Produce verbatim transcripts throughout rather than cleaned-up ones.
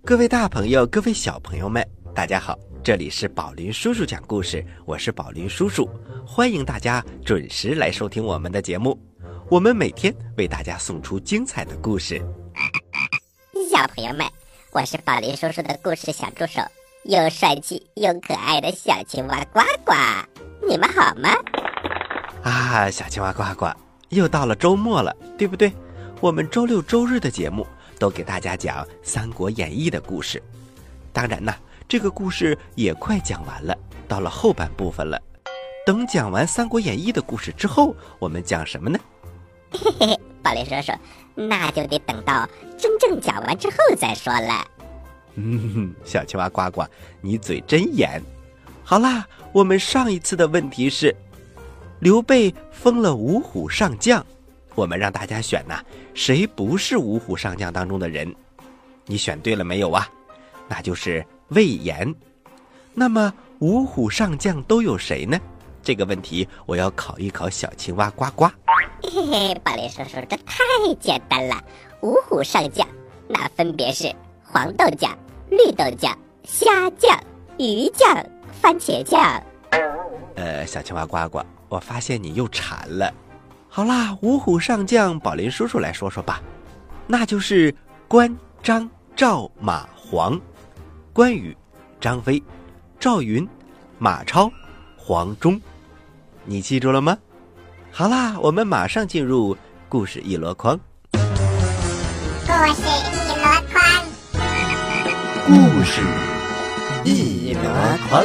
各位大朋友，各位小朋友们，大家好，这里是宝林叔叔讲故事，我是宝林叔叔，欢迎大家准时来收听我们的节目。我们每天为大家送出精彩的故事。 小朋友们，我是宝林叔叔的故事小助手，又帅气又可爱的小青蛙呱呱，你们好吗？ 啊，小青蛙呱呱，又到了周末了，对不对？我们周六周日的节目都给大家讲《三国演义》的故事。当然呢，这个故事也快讲完了，到了后半部分了。等讲完《三国演义》的故事之后，我们讲什么呢？ 嘿嘿嘿，宝林叔叔，那就得等到真正讲完之后再说了。 嗯，小青蛙呱呱，你嘴真严。好啦，我们上一次的问题是，刘备封了五虎上将，我们让大家选呐，谁不是五虎上将当中的人？你选对了没有啊？那就是魏延。那么五虎上将都有谁呢？这个问题我要考一考小青蛙呱呱。 嘿嘿，宝林叔叔，这太简单了。五虎上将那分别是黄豆酱、绿豆酱、虾酱、鱼酱、番茄酱。 呃，小青蛙呱呱，我发现你又馋了。好啦，五虎上将，宝林叔叔来说说吧。那就是关、张、赵、马、黄。关羽、张飞、赵云、马超、黄忠。你记住了吗？好啦，我们马上进入故事一箩筐。 故事一箩筐， 故事一箩筐。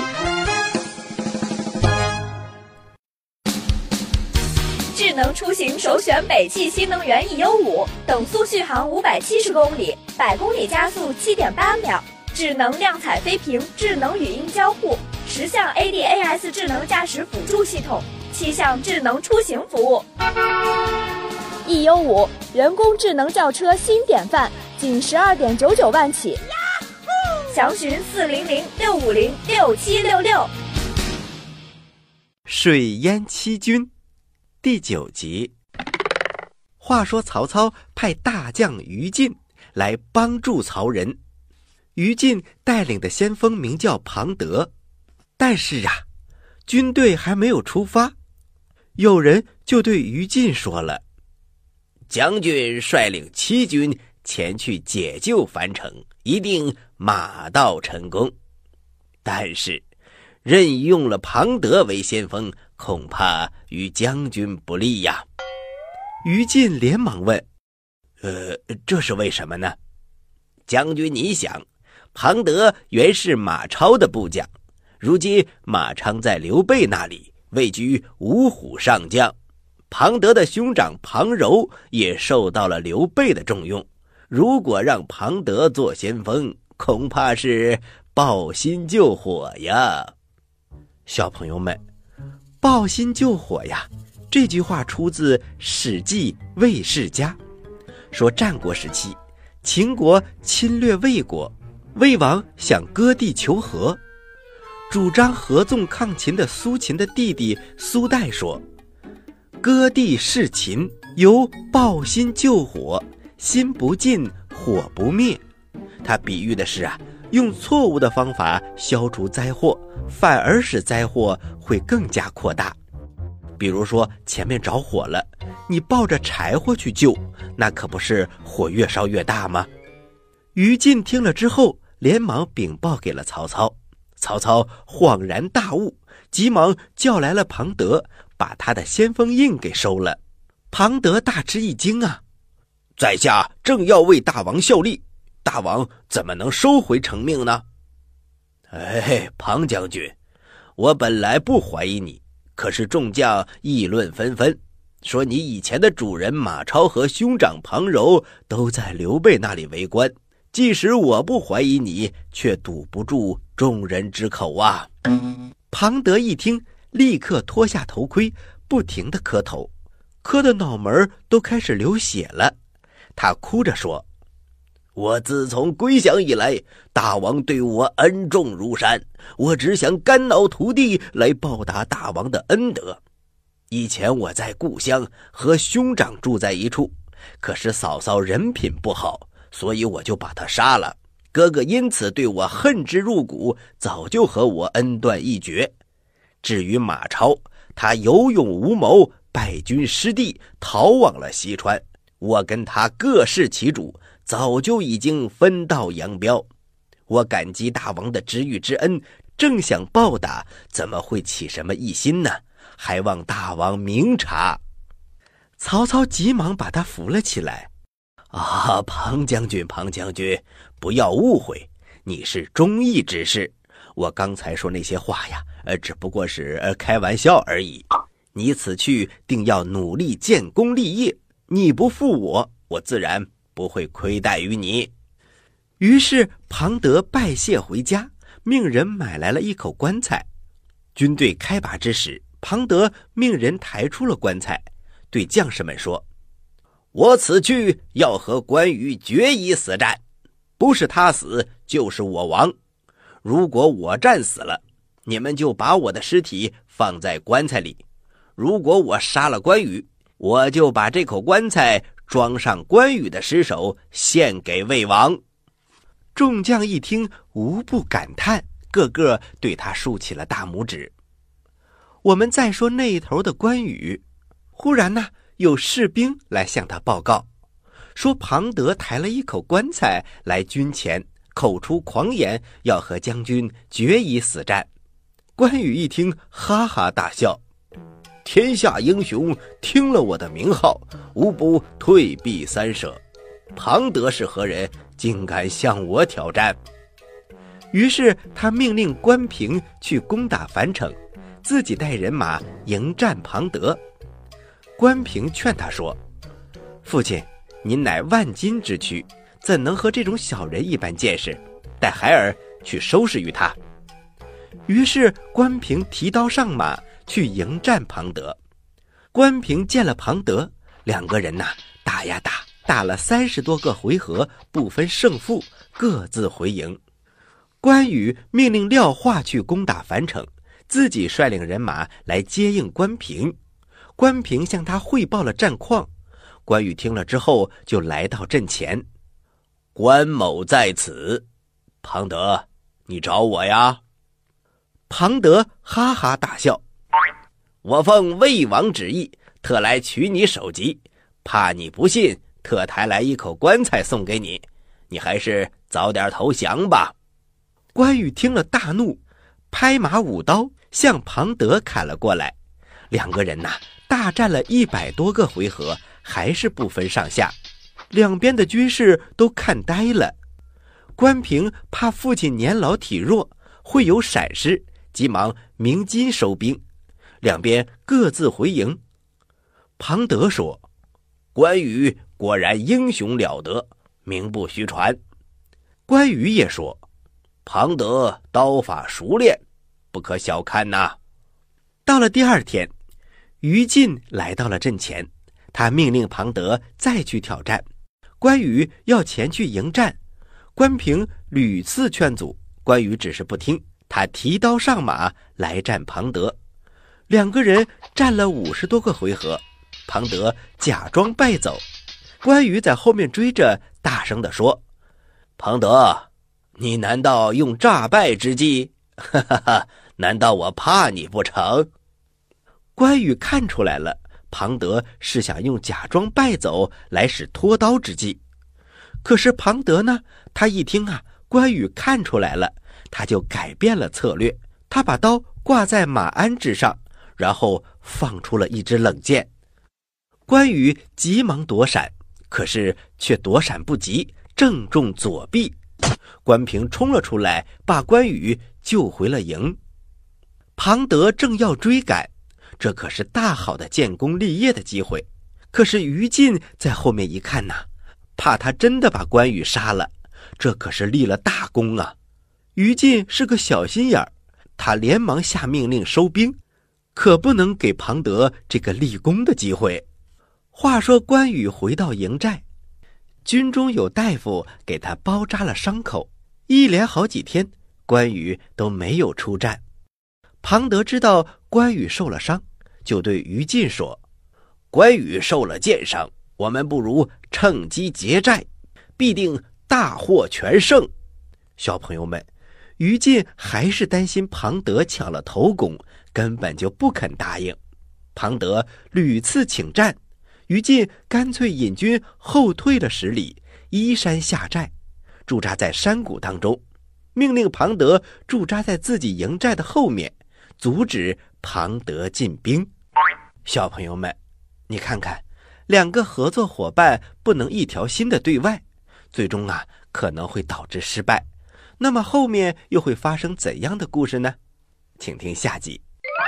智能出行首选北汽新能源 E U 五，等速续航五百七十公里，百公里加速七点八秒，智能亮彩飞屏，智能语音交互，十项 A D A S 智能驾驶辅助系统，七项智能出行服务。E U 五人工智能轿车新典范，仅十二点九九万起，详询四零零六五零六七六六。 水淹七军第九集。话说曹操派大将于禁来帮助曹仁，于禁带领的先锋名叫庞德，但是啊，军队还没有出发，有人就对于禁说了：将军率领七军前去解救樊城，一定马到成功。但是任用了庞德为先锋，恐怕与将军不利呀。于禁连忙问：呃，这是为什么呢？将军你想，庞德原是马超的部将，如今马超在刘备那里位居五虎上将，庞德的兄长庞柔也受到了刘备的重用，如果让庞德做先锋，恐怕是抱薪救火呀。小朋友们，抱薪救火呀，这句话出自《史记·魏世家》，说战国时期，秦国侵略魏国，魏王想割地求和，主张合纵抗秦的苏秦的弟弟苏代说：割地事秦，犹抱薪救火，心不尽，火不灭。他比喻的是啊，用错误的方法消除灾祸，反而使灾祸会更加扩大。比如说前面着火了，你抱着柴火去救，那可不是火越烧越大吗？于禁听了之后，连忙禀报给了曹操。曹操恍然大悟，急忙叫来了庞德，把他的先锋印给收了。庞德大吃一惊啊，在下正要为大王效力，大王怎么能收回成命呢？哎，庞将军，我本来不怀疑你，可是众将议论纷纷，说你以前的主人马超和兄长庞柔都在刘备那里为官，即使我不怀疑你，却堵不住众人之口啊。庞德一听，立刻脱下头盔，不停地磕头，磕的脑门都开始流血了。他哭着说：我自从归降以来，大王对我恩重如山，我只想肝脑涂地来报答大王的恩德。以前我在故乡和兄长住在一处，可是嫂嫂人品不好，所以我就把她杀了， 哥哥因此对我恨之入骨，早就和我恩断义绝。至于马超，他有勇无谋，败军失地，逃往了西川。我跟他各视其主，早就已经分道扬镳。我感激大王的知遇之恩，正想报答，怎么会起什么异心呢？还望大王明察。曹操急忙把他扶了起来。啊，庞将军，庞将军，不要误会，你是忠义之士。我刚才说那些话呀，呃，只不过是呃开玩笑而已。你此去定要努力建功立业，你不负我，我自然不会亏待于你。于是庞德拜谢回家，命人买来了一口棺材。军队开拔之时，庞德命人抬出了棺材，对将士们说：我此去要和关羽决一死战，不是他死就是我亡。如果我战死了，你们就把我的尸体放在棺材里；如果我杀了关羽，我就把这口棺材装上关羽的尸首，献给魏王。众将一听，无不感叹，个个对他竖起了大拇指。我们再说那头的关羽，忽然呢，有士兵来向他报告，说庞德抬了一口棺材来军前，口出狂言，要和将军决一死战。关羽一听，哈哈大笑：天下英雄听了我的名号，无不退避三舍。庞德是何人，竟敢向我挑战？于是他命令关平去攻打樊城，自己带人马迎战庞德。关平劝他说：父亲，您乃万金之躯，怎能和这种小人一般见识？带孩儿去收拾于他。于是关平提刀上马去迎战庞德。关平见了庞德，两个人呐、啊、打呀打，打了三十多个回合，不分胜负，各自回营。关羽命令廖化去攻打樊城，自己率领人马来接应关平。关平向他汇报了战况，关羽听了之后，就来到阵前。关某在此。庞德，你找我呀？庞德哈哈大笑：我奉魏王旨意，特来取你首级，怕你不信，特抬来一口棺材送给你，你还是早点投降吧。关羽听了大怒，拍马舞刀向庞德砍了过来。两个人呐、啊、大战了一百多个回合，还是不分上下，两边的军士都看呆了。关平怕父亲年老体弱，会有闪失，急忙鸣金收兵，两边各自回营。庞德说：关羽果然英雄了得，名不虚传。关羽也说：庞德刀法熟练，不可小看呐。到了第二天，于禁来到了阵前，他命令庞德再去挑战。关羽要前去迎战，关平屡次劝阻，关羽只是不听，他提刀上马来战庞德。两个人战了五十多个回合，庞德假装败走，关羽在后面追着，大声地说：庞德，你难道用诈败之计？哈哈哈，难道我怕你不成？关羽看出来了，庞德是想用假装败走来使脱刀之计。可是庞德呢，他一听啊，关羽看出来了，他就改变了策略，他把刀挂在马鞍之上，然后放出了一支冷箭。关羽急忙躲闪，可是却躲闪不及，正中左臂。关平冲了出来，把关羽救回了营。庞德正要追赶，这可是大好的建功立业的机会。可是于禁在后面一看呐、啊，怕他真的把关羽杀了，这可是立了大功啊。于禁是个小心眼儿，他连忙下命令收兵，可不能给庞德这个立功的机会。话说关羽回到营寨，军中有大夫给他包扎了伤口，一连好几天，关羽都没有出战。庞德知道关羽受了伤，就对于禁说：关羽受了箭伤，我们不如趁机劫寨，必定大获全胜。 小朋友们，于禁还是担心庞德抢了头功，根本就不肯答应。庞德屡次请战，于禁干脆引军后退了十里，依山下寨，驻扎在山谷当中，命令庞德驻扎在自己营寨的后面，阻止庞德进兵。小朋友们，你看看，两个合作伙伴不能一条心的对外，最终啊可能会导致失败。那么后面又会发生怎样的故事呢？请听下集。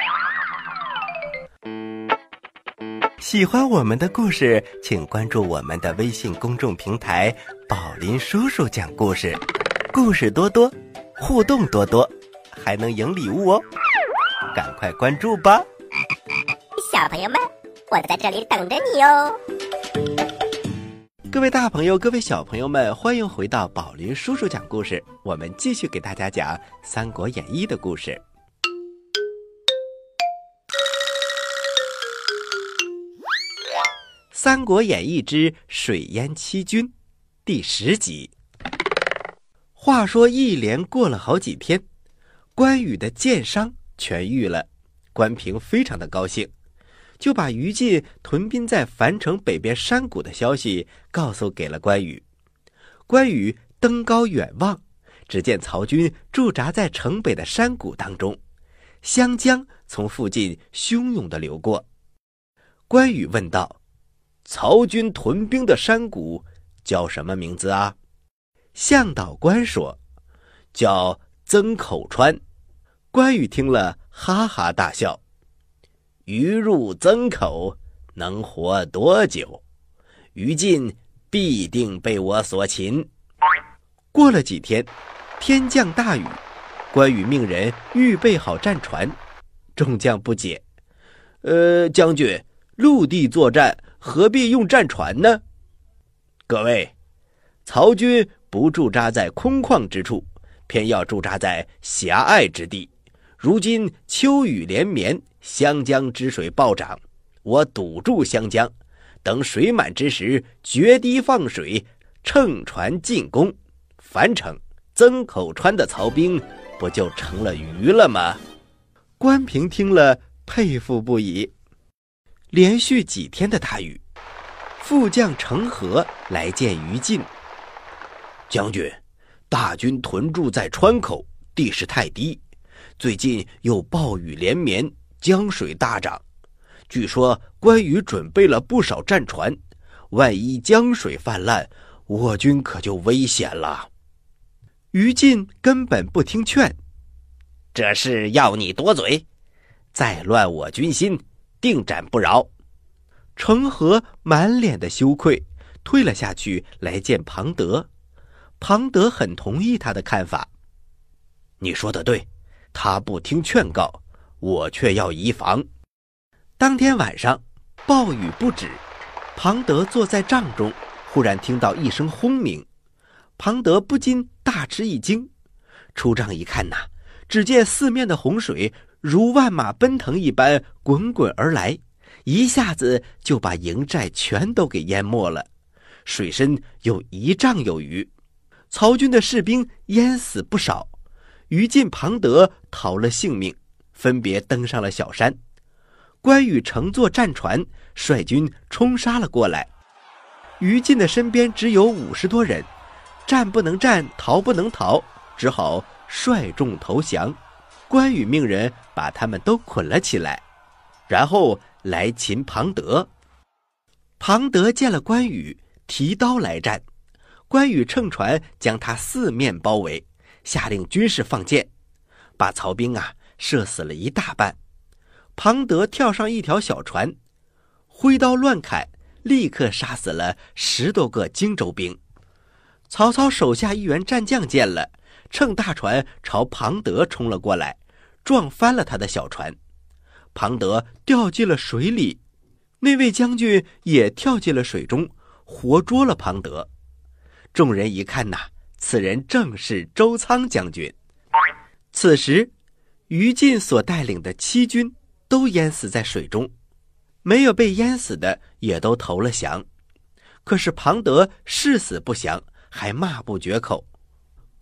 喜欢我们的故事，请关注我们的微信公众平台宝林叔叔讲故事，故事多多，互动多多，还能赢礼物哦，赶快关注吧。 小朋友们，我在这里等着你哦。 各位大朋友，各位小朋友们，欢迎回到宝林叔叔讲故事，我们继续给大家讲《三国演义》的故事。《三国演义之水淹七军》第十集。话说一连过了好几天，关羽的箭伤痊愈了，关平非常的高兴，就把于禁屯兵在樊城北边山谷的消息告诉给了关羽。关羽登高远望，只见曹军驻扎在城北的山谷当中，湘江从附近汹涌地流过。关羽问道：曹军屯兵的山谷叫什么名字啊？向导官说：叫曾口川。关羽听了哈哈大笑：鱼入曾口，能活多久？于禁必定被我所擒。过了几天，天降大雨，关羽命人预备好战船。众将不解：呃，将军，陆地作战何必用战船呢？各位，曹军不驻扎在空旷之处，偏要驻扎在狭隘之地。如今秋雨连绵，湘江之水暴涨，我堵住湘江，等水满之时，决堤放水，乘船进攻。樊城、曾口川的曹兵不就成了鱼了吗？关平听了佩服不已。连续几天的大雨，副将程和来见于禁。将军，大军屯驻在川口，地势太低，最近又暴雨连绵，江水大涨，据说关羽准备了不少战船，万一江水泛滥，我军可就危险了。于禁根本不听劝：这事要你多嘴，再乱我军心，定斩不饶。程和满脸的羞愧，退了下去来见庞德。庞德很同意他的看法：你说的对，他不听劝告，我却要移防。当天晚上暴雨不止，庞德坐在帐中，忽然听到一声轰鸣，庞德不禁大吃一惊，出帐一看呐、啊，只见四面的洪水如万马奔腾一般滚滚而来，一下子就把营寨全都给淹没了，水深有一丈有余，曹军的士兵淹死不少。于禁、庞德逃了性命，分别登上了小山。关羽乘坐战船，率军冲杀了过来。于禁的身边只有五十多人，战不能战，逃不能逃，只好率众投降。关羽命人把他们都捆了起来，然后来擒庞德。庞德见了关羽，提刀来战，关羽乘船将他四面包围，下令军士放箭，把曹兵啊射死了一大半。庞德跳上一条小船，挥刀乱砍，立刻杀死了十多个荆州兵。曹操手下一员战将见了，乘大船朝庞德冲了过来，撞翻了他的小船。庞德掉进了水里，那位将军也跳进了水中，活捉了庞德。众人一看呐、啊，此人正是周仓将军。此时于禁所带领的七军都淹死在水中，没有被淹死的也都投了降。可是庞德誓死不降，还骂不绝口。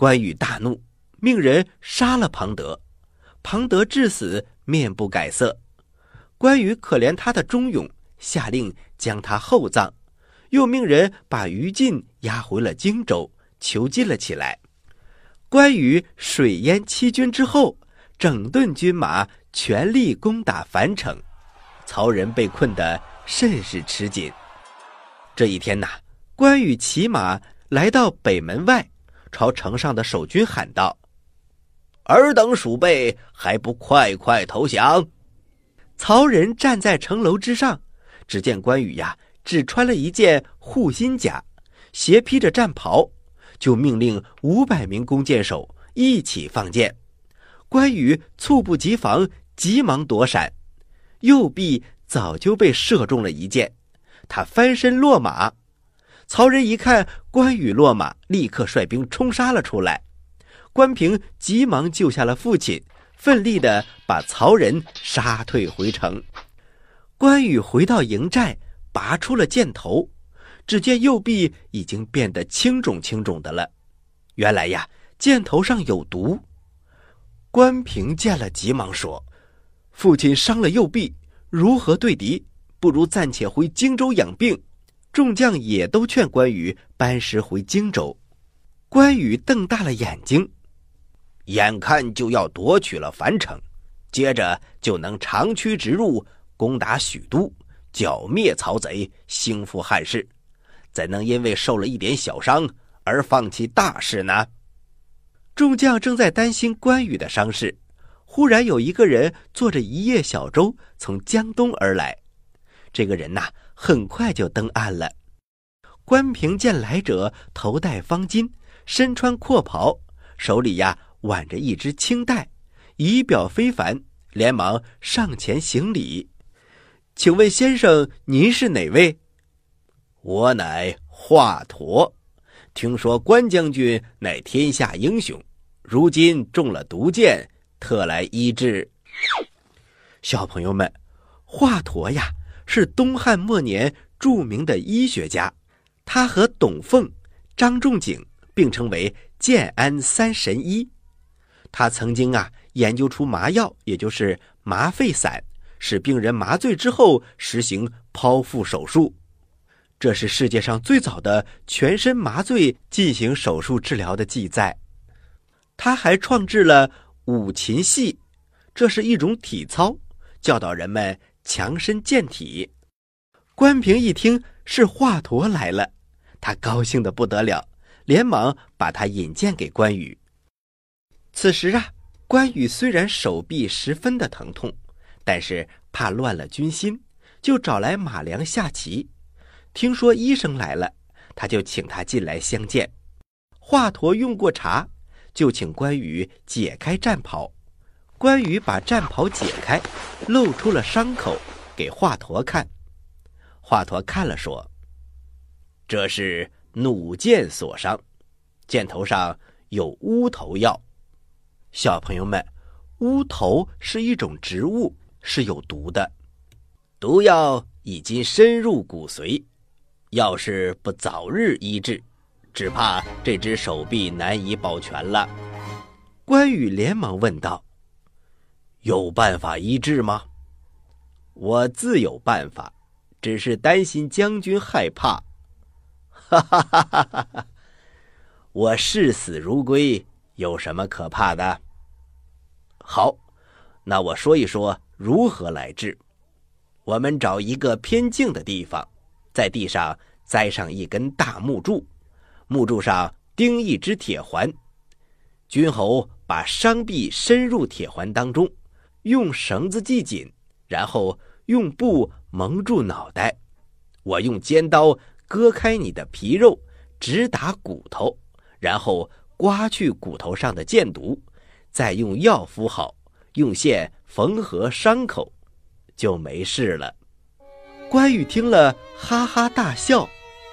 关羽大怒，命人杀了庞德。庞德至死面不改色。关羽可怜他的忠勇，下令将他厚葬，又命人把于禁押回了荆州，囚禁了起来。关羽水淹七军之后，整顿军马，全力攻打樊城。曹仁被困得甚是吃紧。这一天呐，关羽骑马来到北门外，朝城上的守军喊道：尔等鼠辈，还不快快投降！曹仁站在城楼之上，只见关羽呀，只穿了一件护心甲，斜披着战袍，就命令五百名弓箭手一起放箭。关羽猝不及防，急忙躲闪，右臂早就被射中了一箭，他翻身落马。曹仁一看关羽落马，立刻率兵冲杀了出来。关平急忙救下了父亲，奋力地把曹仁杀退回城。关羽回到营寨，拔出了箭头，只见右臂已经变得青肿青肿的了。原来呀，箭头上有毒。关平见了，急忙说：父亲伤了右臂，如何对敌？不如暂且回荆州养病。众将也都劝关羽班师回荆州。关羽瞪大了眼睛，眼看就要夺取了樊城，接着就能长驱直入，攻打许都，剿灭曹贼，兴复汉室，怎能因为受了一点小伤而放弃大事呢？众将正在担心关羽的伤势，忽然有一个人坐着一叶小舟从江东而来。这个人呐、啊，很快就登岸了。关平见来者头戴方巾，身穿阔袍，手里呀挽着一只青带，仪表非凡，连忙上前行礼：请问先生，您是哪位？我乃华佗，听说关将军乃天下英雄，如今中了毒箭，特来医治。小朋友们，华佗呀是东汉末年著名的医学家，他和董奉、张仲景并称为建安三神医。他曾经啊研究出麻药，也就是麻沸散，使病人麻醉之后实行剖腹手术。这是世界上最早的全身麻醉进行手术治疗的记载。他还创制了五禽戏，这是一种体操，教导人们强身健体。关平一听是华佗来了，他高兴得不得了，连忙把他引荐给关羽。此时啊，关羽虽然手臂十分的疼痛，但是怕乱了军心，就找来马良下棋。听说医生来了，他就请他进来相见。华佗用过茶，就请关羽解开战袍。关羽把战袍解开，露出了伤口给华佗看。华佗看了说：这是弩箭所伤，箭头上有乌头药。小朋友们，乌头是一种植物，是有毒的，毒药已经深入骨髓，要是不早日医治，只怕这只手臂难以保全了。关羽连忙问道：有办法医治吗？我自有办法，只是担心将军害怕。哈哈哈哈哈哈！我视死如归，有什么可怕的？好，那我说一说如何来治。我们找一个偏静的地方，在地上栽上一根大木柱，木柱上钉一只铁环，君侯把伤臂深入铁环当中，用绳子系紧，然后用布蒙住脑袋，我用尖刀割开你的皮肉，直打骨头，然后刮去骨头上的箭毒，再用药敷好，用线缝合伤口，就没事了。关羽听了哈哈大笑，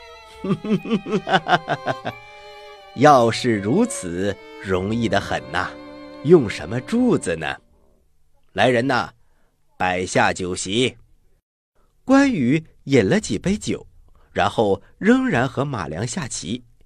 要是如此，容易得很呐，用什么柱子呢？来人呐，摆下酒席。关羽饮了几杯酒，然后仍然和马良下棋。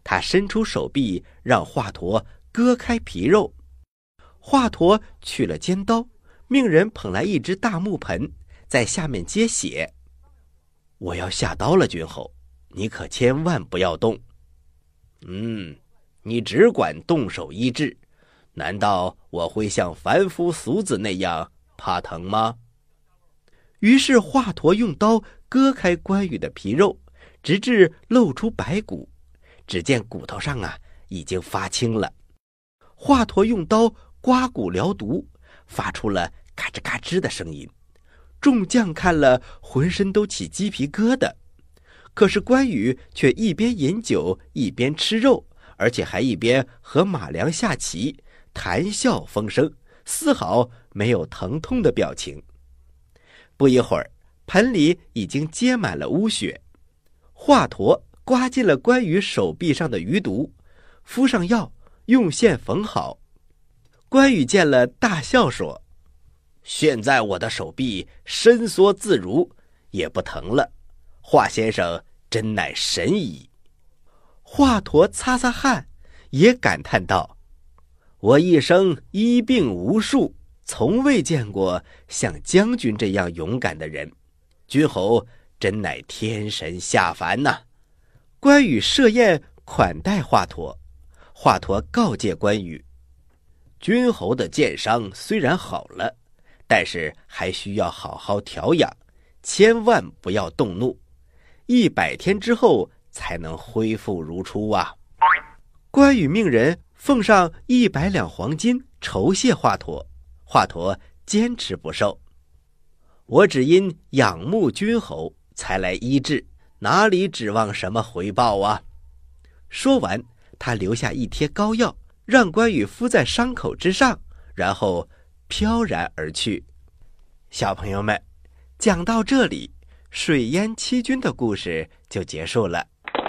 他伸出手臂让华佗割开皮肉。华佗取了尖刀，命人捧来一只大木盆，在下面接血。我要下刀了，君侯，你可千万不要动。嗯，你只管动手医治，难道我会像凡夫俗子那样怕疼吗？于是华佗用刀割开关羽的皮肉，直至露出白骨，只见骨头上啊已经发青了。华佗用刀刮骨疗毒，发出了嘎吱嘎吱的声音。众将看了浑身都起鸡皮疙瘩，可是关羽却一边饮酒一边吃肉，而且还一边和马良下棋，谈笑风生，丝毫没有疼痛的表情。不一会儿，盆里已经接满了污血。华佗刮进了关羽手臂上的余毒，敷上药，用线缝好。关羽见了，大笑说：现在我的手臂伸缩自如，也不疼了。华先生真乃神医。华佗擦擦汗，也感叹道：我一生医病无数，从未见过像将军这样勇敢的人，君侯真乃天神下凡呐！关羽设宴款待华佗，华佗告诫关羽：君侯的箭伤虽然好了，但是还需要好好调养，千万不要动怒，一百天之后才能恢复如初啊！关羽命人奉上一百两黄金酬谢华佗，华佗坚持不受。我只因仰慕君侯才来医治，哪里指望什么回报啊？说完，他留下一贴膏药，让关羽敷在伤口之上，然后飘然而去。小朋友们，讲到这里，水淹七军的故事就结束了。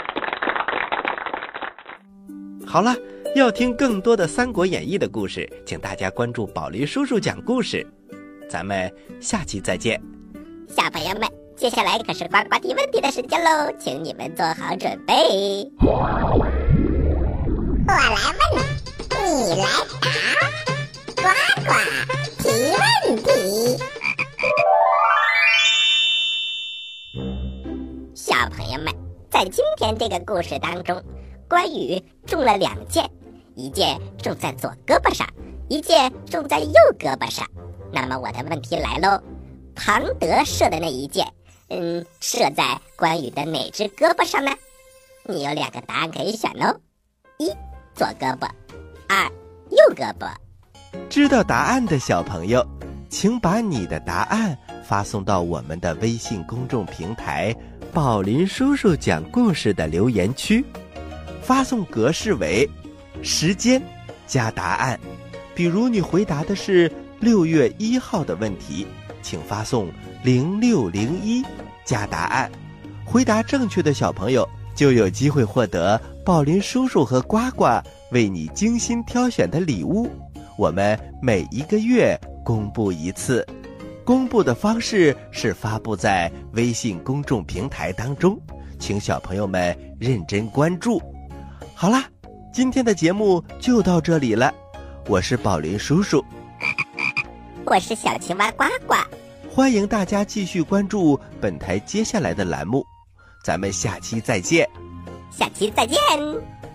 好了，要听更多的《三国演义》的故事，请大家关注宝林叔叔讲故事。咱们下期再见。 小朋友们，接下来可是呱呱提问题的时间喽，请你们做好准备。我来问，你来答，呱呱提问题。小朋友们，在今天这个故事当中，关羽中了两箭，一箭中在左胳膊上，一箭中在右胳膊上。那么我的问题来喽，庞德射的那一箭，嗯，射在关羽的哪只胳膊上呢？你有两个答案可以选哦，一左胳膊，二右胳膊。 知道答案的小朋友，请把你的答案发送到我们的微信公众平台宝林叔叔讲故事的留言区，发送格式为时间加答案。比如你回答的是六月一号的问题，请发送零六零一加答案。回答正确的小朋友就有机会获得宝林叔叔和呱呱为你精心挑选的礼物。我们每一个月公布一次，公布的方式是发布在微信公众平台当中，请小朋友们认真关注。好啦，今天的节目就到这里了，我是宝林叔叔， 我是小青蛙呱呱， 欢迎大家继续关注本台接下来的栏目，咱们下期再见。 下期再见。